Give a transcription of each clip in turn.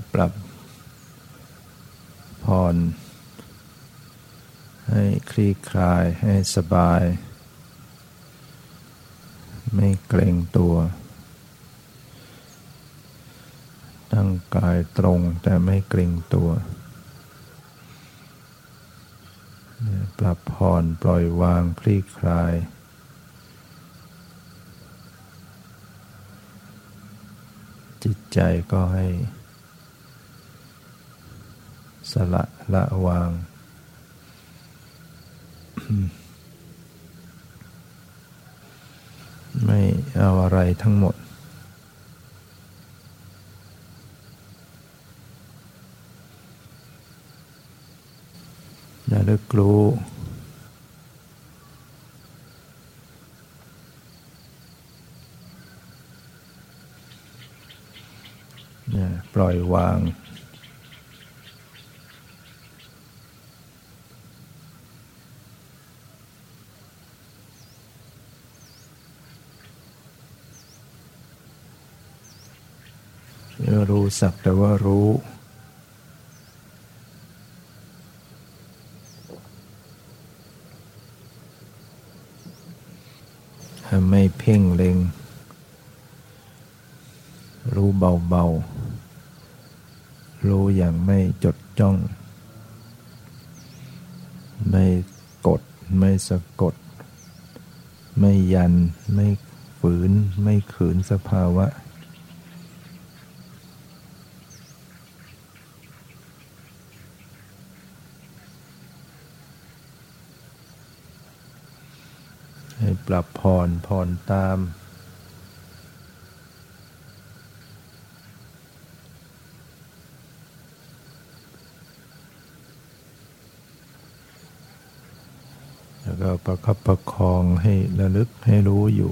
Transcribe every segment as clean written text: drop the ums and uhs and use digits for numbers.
ปรับผ่อนให้คลี่คลายให้สบายไม่เกร็งตัวตั้งกายตรงแต่ไม่เกร็งตัวปรับผ่อนปล่อยวางคลี่คลายจิตใจก็ให้สละละวางไม่เอาอะไรทั้งหมดระลึกรู้ปล่อยวางรู้สักแต่ว่ารู้ไม่เพ่งเล็งรู้เบาๆรู้อย่างไม่จดจ้องไม่กดไม่สะกดไม่ยันไม่ฝืนไม่ขืนสภาวะให้ปรับผ่อนตามแล้วก็ประคับประคองให้ระลึกให้รู้อยู่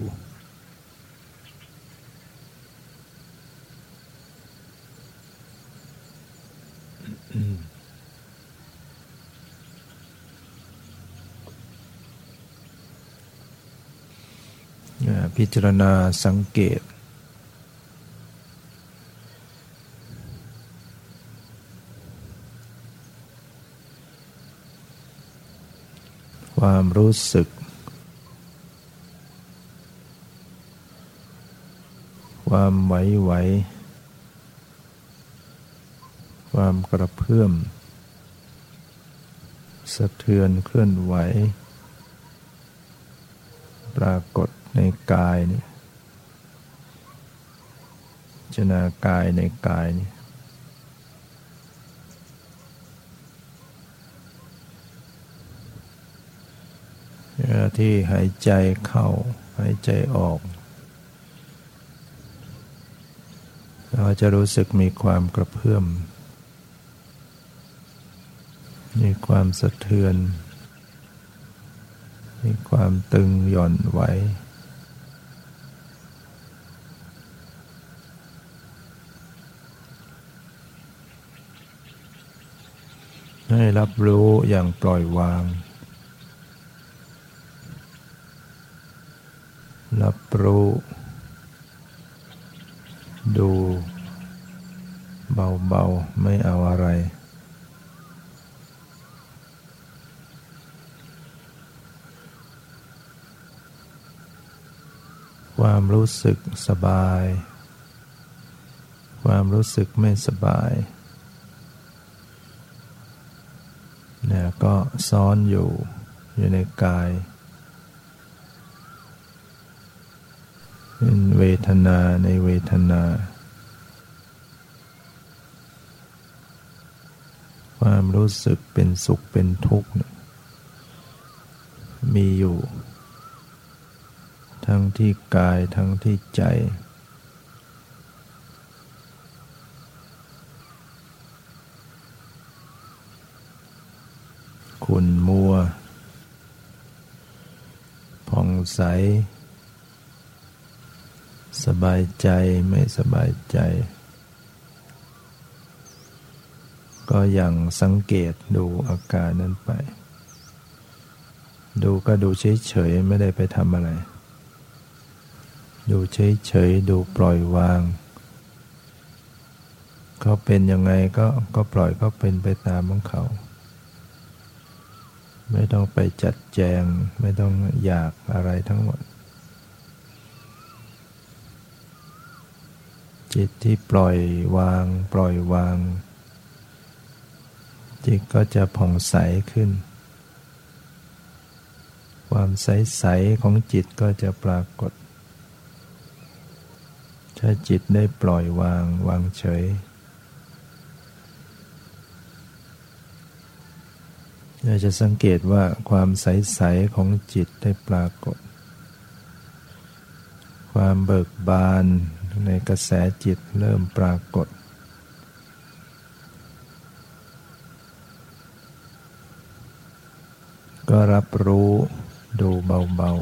พิจารณาสังเกตความรู้สึกความไหวความกระเพื่อมสะเทือนเคลื่อนไหวปรากฏในกายนี่พิจารณากายในกายนี่เวลาที่หายใจเข้าหายใจออกเราจะรู้สึกมีความกระเพื่อมมีความสะเทือนมีความตึงหย่อนไหวให้รับรู้อย่างปล่อยวางรับรู้ดูเบาๆไม่เอาอะไรความรู้สึกสบายความรู้สึกไม่สบายเนี่ยก็ซ้อนอยู่ในกายเป็นเวทนาในเวทนาความรู้สึกเป็นสุขเป็นทุกข์มีอยู่ทั้งที่กายทั้งที่ใจขุ่นมัวผ่องใสสบายใจไม่สบายใจก็อย่างสังเกตดูอาการนั้นไปดูก็ดูเฉยๆไม่ได้ไปทำอะไรดูเฉยๆดูปล่อยวางเขาเป็นยังไงก็ปล่อยเขาเป็นไปตามของเขาไม่ต้องไปจัดแจงไม่ต้องอยากอะไรทั้งหมดจิตที่ปล่อยวางจิตก็จะผ่องใสขึ้นความใสๆของจิตก็จะปรากฏถ้าจิตได้ปล่อยวางเฉยเราจะสังเกตว่าความใสๆของจิตได้ปรากฏความเบิกบานในกระแสจิตเริ่มปรากฏก็รับรู้ดูเบา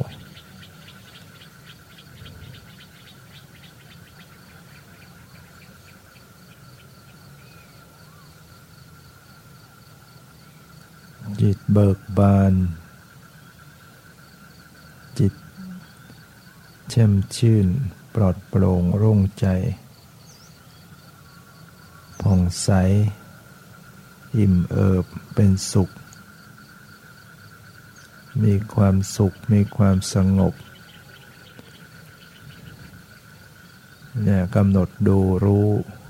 ๆจิตเบิกบานจิตแช่มชื่นปลอดโปร่งโล่งใจผ่องใสอิ่มเอิบเป็นสุขมีความสุขมีความสงบเนี่ยกำหนดดูรู้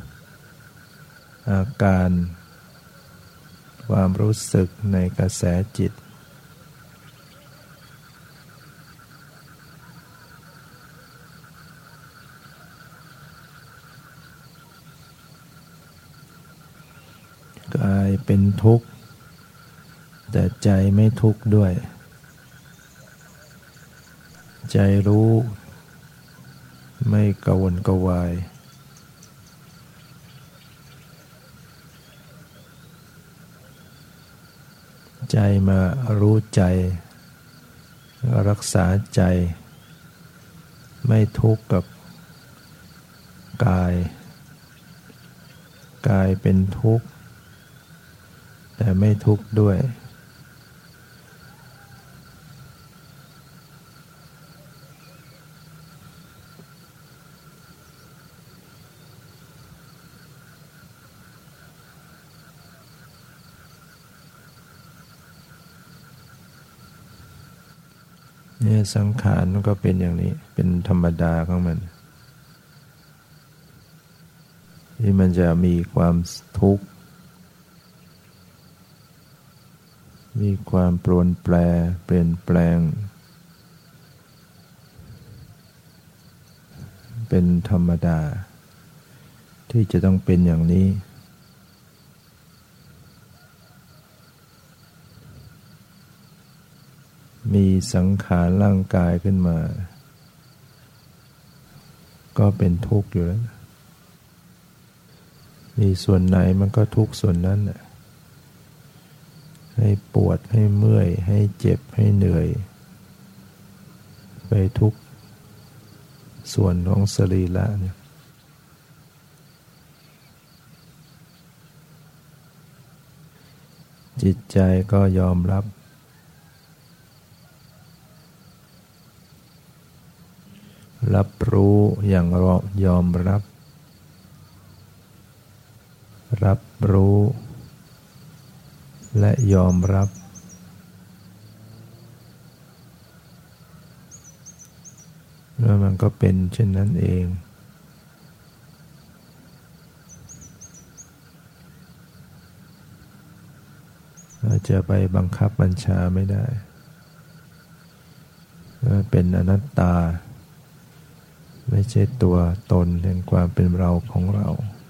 อาการความรู้สึกในกระแสจิตกายเป็นทุกข์แต่ใจไม่ทุกข์ด้วยใจรู้ไม่กระวนกระวายใจมารู้ใจรักษาใจไม่ทุกข์กับกายกายเป็นทุกข์แต่ไม่ทุกข์ด้วยเนี่ยสังขารมันก็เป็นอย่างนี้เป็นธรรมดาของมันที่มันจะมีความทุกข์มีความปรวนแปรเปลี่ยนแปลงเป็นธรรมดาที่จะต้องเป็นอย่างนี้มีสังขารร่างกายขึ้นมาก็เป็นทุกข์อยู่แล้วมีส่วนไหนมันก็ทุกข์ส่วนนั้นน่ะให้ปวดให้เมื่อยให้เจ็บให้เหนื่อยไปทุกส่วนของสรีระเนี่ยจิตใจก็ยอมรับรู้อย่างยอมรับรู้และยอมรับแล้วมันก็เป็นเช่นนั้นเองเราจะไปบังคับบัญชาไม่ได้เป็นอนัตตาไม่ใช่ตัวตนแห่งความเป็นเราของเรา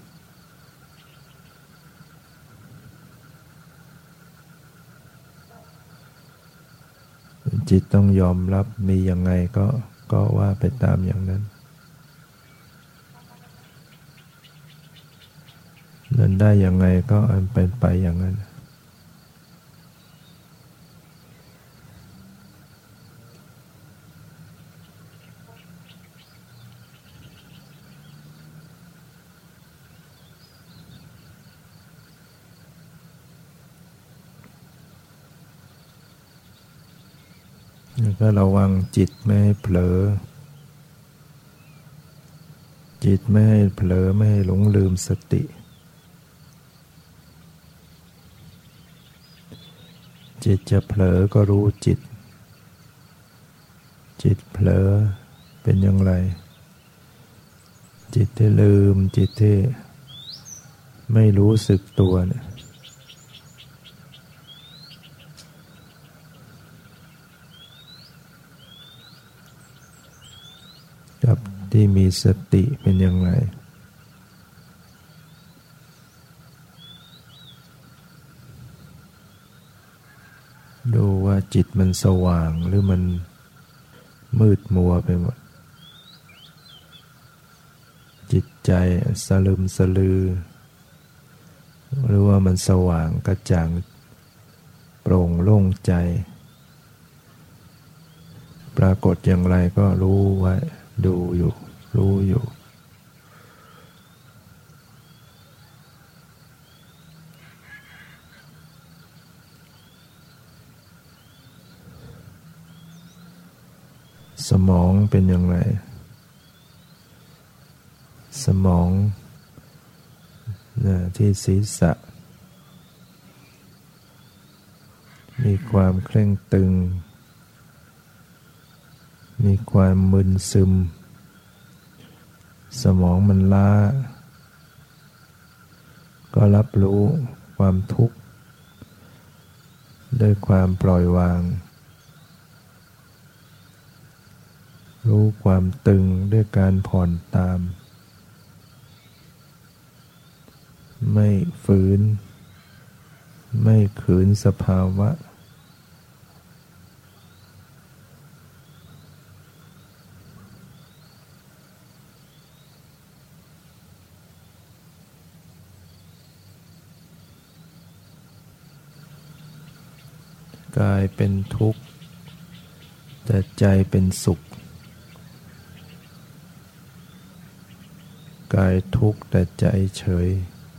จิตต้องยอมรับมียังไงก็ว่าไปตามอย่างนั้นนั้นได้ยังไงก็เป็นไปอย่างนั้นก็ระวังจิตไม่ให้เผลอจิตไม่ให้เผลอไม่ให้หลงลืมสติจิตจะเผลอก็รู้จิตเผลอเป็นอย่างไรจิตที่ลืมจิตที่ไม่รู้สึกตัวเนี่ยกับที่มีสติเป็นอย่างไรดูว่าจิตมันสว่างหรือมันมืดมัวไปหมดจิตใจสลึมสลือหรือว่ามันสว่างกระจ่างโปร่งโล่งใจปรากฏอย่างไรก็รู้ไว้ดูอยู่รู้อยู่สมองเป็นอย่างไรสมองที่ศีรษะมีความเคร่งตึงมีความมึนซึมสมองมันล้าก็รับรู้ความทุกข์ด้วยความปล่อยวางรู้ความตึงด้วยการผ่อนตามไม่ฝืนไม่ขืนสภาวะกายเป็นทุกข์แต่ใจเป็นสุขกายทุกข์แต่ใจเฉย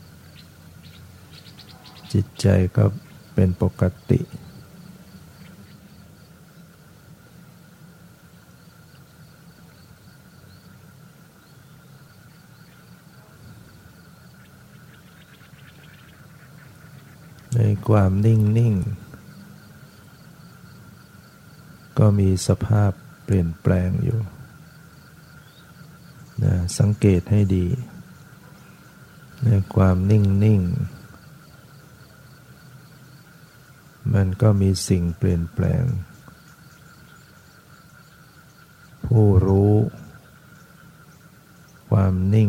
จิตใจก็เป็นปกติในความนิ่งๆก็มีสภาพเปลี่ยนแปลงอยู่นะสังเกตให้ดีในความนิ่งๆมันก็มีสิ่งเปลี่ยนแปลงผู้รู้ความนิ่ง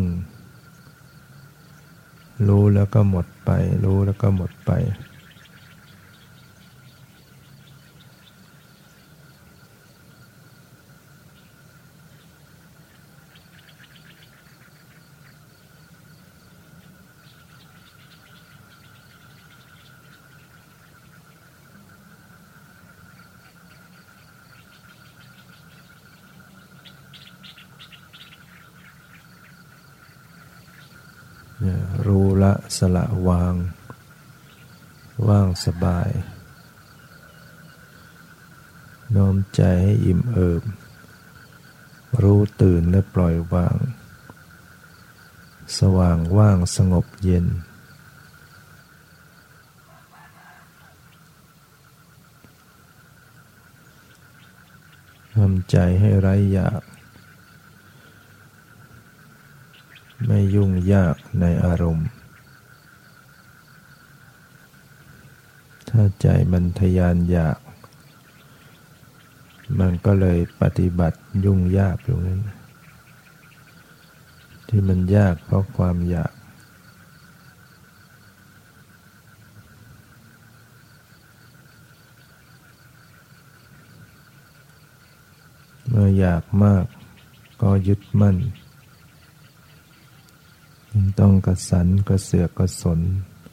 รู้แล้วก็หมดไปรู้แล้วก็หมดไปรู้ละสละวางว่างสบายน้อมใจให้อิ่มเอิบรู้ตื่นและปล่อยวางสว่างว่างสงบเย็นทำใจให้ไร้อยากไม่ยุ่งยากในอารมณ์ถ้าใจมันทยานอยากมันก็เลยปฏิบัติยุ่งยากอยู่นั้นที่มันยากเพราะความอยากเมื่ออยากมากก็ยึดมั่นต้องกระสันกระเสือกกระสน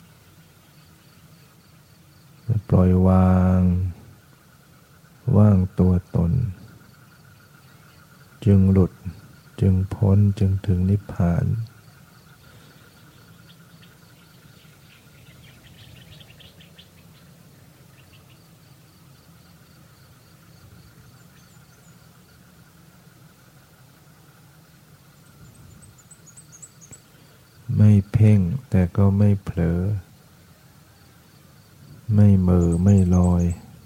ปล่อยวางว่างตัวตนจึงหลุดจึงพ้นจึงถึงนิพพานไม่เพ่งแต่ก็ไม่เผลอไม่เหม่อไม่ลอย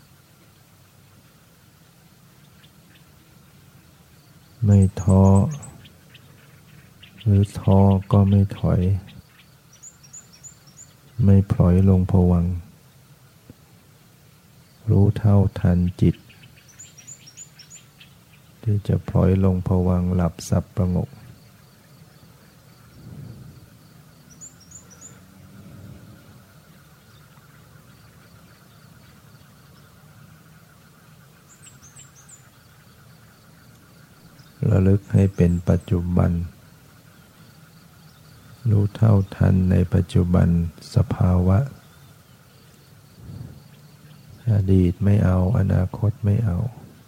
ไม่ท้อหรือท้อก็ไม่ถอยไม่พลอยลงภวังค์รู้เท่าทันจิตที่จะพลอยลงภวังค์หลับสับประงกระลึกให้เป็นปัจจุบันรู้เท่าทันในปัจจุบันสภาวะอดีตไม่เอาอนาคตไม่เอา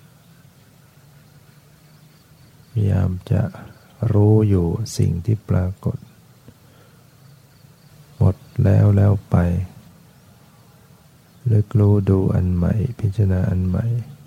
พยายามจะรู้อยู่สิ่งที่ปรากฏหมดแล้วไปเลิกรู้ดูอันใหม่พิจารณาอันใหม่